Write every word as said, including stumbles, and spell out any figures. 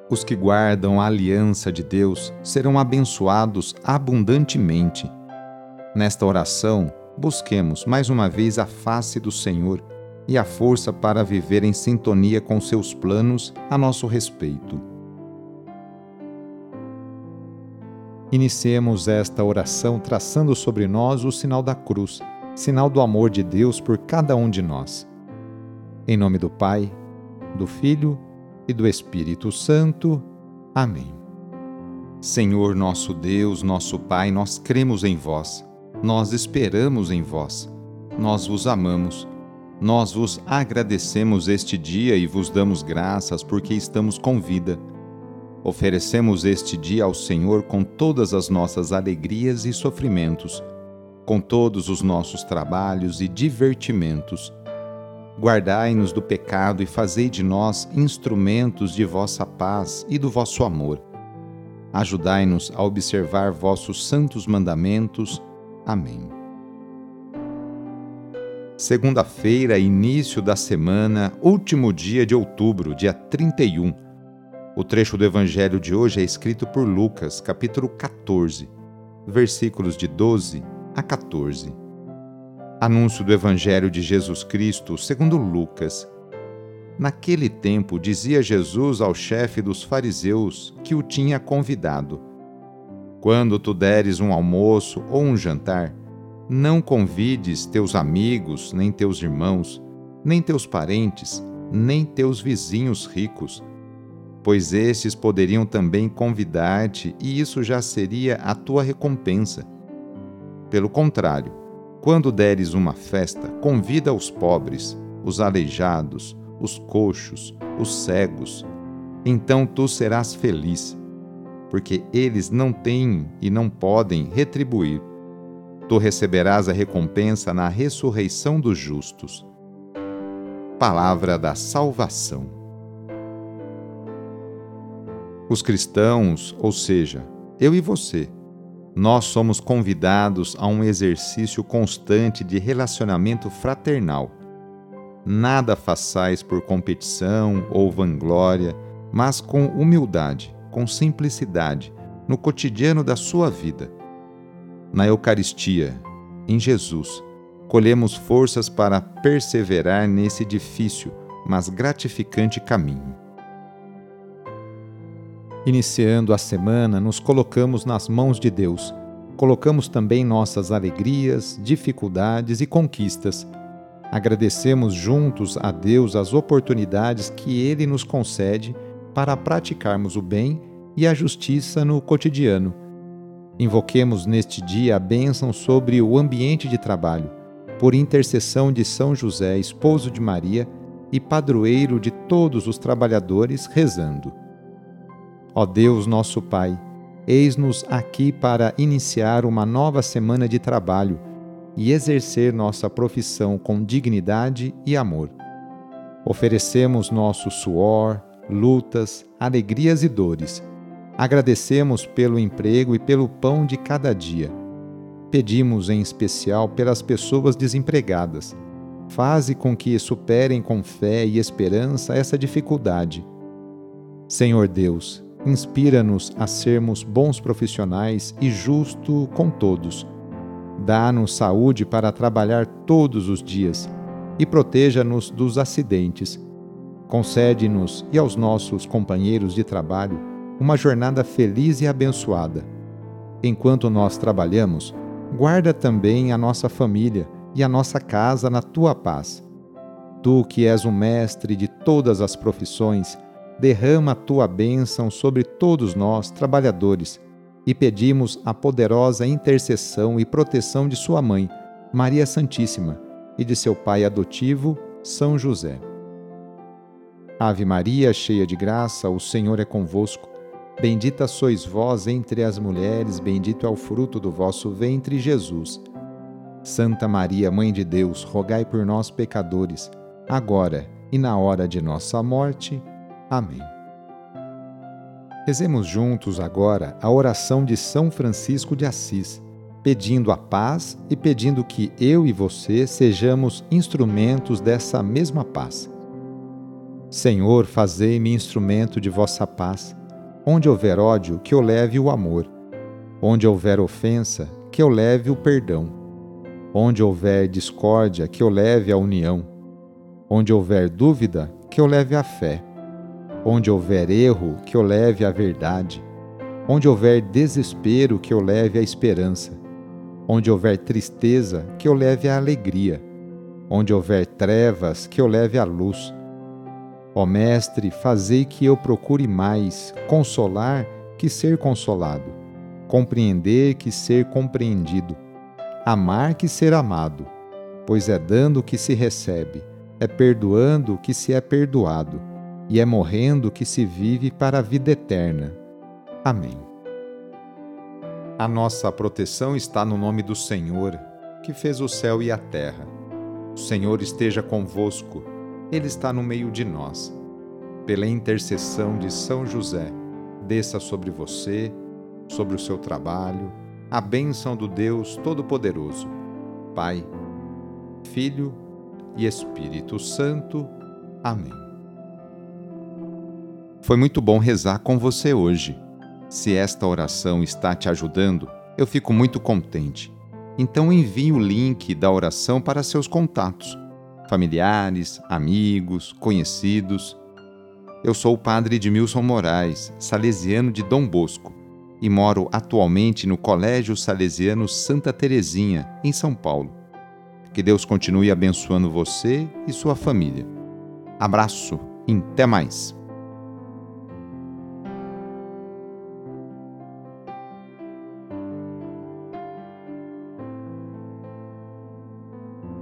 Os que guardam a aliança de Deus serão abençoados abundantemente. Nesta oração, busquemos mais uma vez a face do Senhor e a força para viver em sintonia com seus planos a nosso respeito. Iniciemos esta oração traçando sobre nós o sinal da cruz, sinal do amor de Deus por cada um de nós. Em nome do Pai, do Filho e do Espírito Santo. Amém. Senhor nosso Deus, nosso Pai, nós cremos em vós, nós esperamos em vós, nós vos amamos, nós vos agradecemos este dia e vos damos graças porque estamos com vida. Oferecemos este dia ao Senhor com todas as nossas alegrias e sofrimentos, com todos os nossos trabalhos e divertimentos. Guardai-nos do pecado e fazei de nós instrumentos de vossa paz e do vosso amor. Ajudai-nos a observar vossos santos mandamentos. Amém. Segunda-feira, início da semana, último dia de outubro, dia trinta e um. O trecho do Evangelho de hoje é escrito por Lucas, capítulo quatorze, versículos de doze a quatorze. Anúncio do Evangelho de Jesus Cristo segundo Lucas. Naquele tempo dizia Jesus ao chefe dos fariseus que o tinha convidado: Quando tu deres um almoço ou um jantar, não convides teus amigos, nem teus irmãos, nem teus parentes, nem teus vizinhos ricos, pois estes poderiam também convidar-te e isso já seria a tua recompensa. Pelo contrário, quando deres uma festa, convida os pobres, os aleijados, os coxos, os cegos. Então tu serás feliz, porque eles não têm e não podem retribuir. Tu receberás a recompensa na ressurreição dos justos. Palavra da salvação. Os cristãos, ou seja, eu e você, nós somos convidados a um exercício constante de relacionamento fraternal. Nada façais por competição ou vanglória, mas com humildade, com simplicidade, no cotidiano da sua vida. Na Eucaristia, em Jesus, colhemos forças para perseverar nesse difícil, mas gratificante caminho. Iniciando a semana, nos colocamos nas mãos de Deus. Colocamos também nossas alegrias, dificuldades e conquistas. Agradecemos juntos a Deus as oportunidades que Ele nos concede para praticarmos o bem e a justiça no cotidiano. Invoquemos neste dia a bênção sobre o ambiente de trabalho, por intercessão de São José, esposo de Maria e padroeiro de todos os trabalhadores, rezando: Ó Deus nosso Pai, eis-nos aqui para iniciar uma nova semana de trabalho e exercer nossa profissão com dignidade e amor. Oferecemos nosso suor, lutas, alegrias e dores. Agradecemos pelo emprego e pelo pão de cada dia. Pedimos em especial pelas pessoas desempregadas. Faze com que superem com fé e esperança essa dificuldade. Senhor Deus, inspira-nos a sermos bons profissionais e justo com todos. Dá-nos saúde para trabalhar todos os dias e proteja-nos dos acidentes. Concede-nos e aos nossos companheiros de trabalho uma jornada feliz e abençoada. Enquanto nós trabalhamos, guarda também a nossa família e a nossa casa na tua paz. Tu que és o mestre de todas as profissões, derrama a tua bênção sobre todos nós, trabalhadores, e pedimos a poderosa intercessão e proteção de sua mãe, Maria Santíssima, e de seu pai adotivo, São José. Ave Maria, cheia de graça, o Senhor é convosco. Bendita sois vós entre as mulheres, bendito é o fruto do vosso ventre, Jesus. Santa Maria, Mãe de Deus, rogai por nós, pecadores, agora e na hora de nossa morte. Amém. Rezemos juntos agora a oração de São Francisco de Assis, pedindo a paz e pedindo que eu e você sejamos instrumentos dessa mesma paz. Senhor, fazei-me instrumento de vossa paz. Onde houver ódio, que eu leve o amor. Onde houver ofensa, que eu leve o perdão. Onde houver discórdia, que eu leve a união. Onde houver dúvida, que eu leve a fé. Onde houver erro, que eu leve a verdade. Onde houver desespero, que eu leve a esperança. Onde houver tristeza, que eu leve a alegria. Onde houver trevas, que eu leve a luz. Ó Mestre, fazei que eu procure mais consolar que ser consolado, compreender que ser compreendido, amar que ser amado, pois é dando que se recebe, é perdoando que se é perdoado, e é morrendo que se vive para a vida eterna. Amém. A nossa proteção está no nome do Senhor, que fez o céu e a terra. O Senhor esteja convosco, Ele está no meio de nós. Pela intercessão de São José, desça sobre você, sobre o seu trabalho, a bênção do Deus Todo-Poderoso, Pai, Filho e Espírito Santo. Amém. Foi muito bom rezar com você hoje. Se esta oração está te ajudando, eu fico muito contente. Então envie o link da oração para seus contatos, familiares, amigos, conhecidos. Eu sou o padre Edmilson Moraes, salesiano de Dom Bosco, e moro atualmente no Colégio Salesiano Santa Terezinha, em São Paulo. Que Deus continue abençoando você e sua família. Abraço e até mais!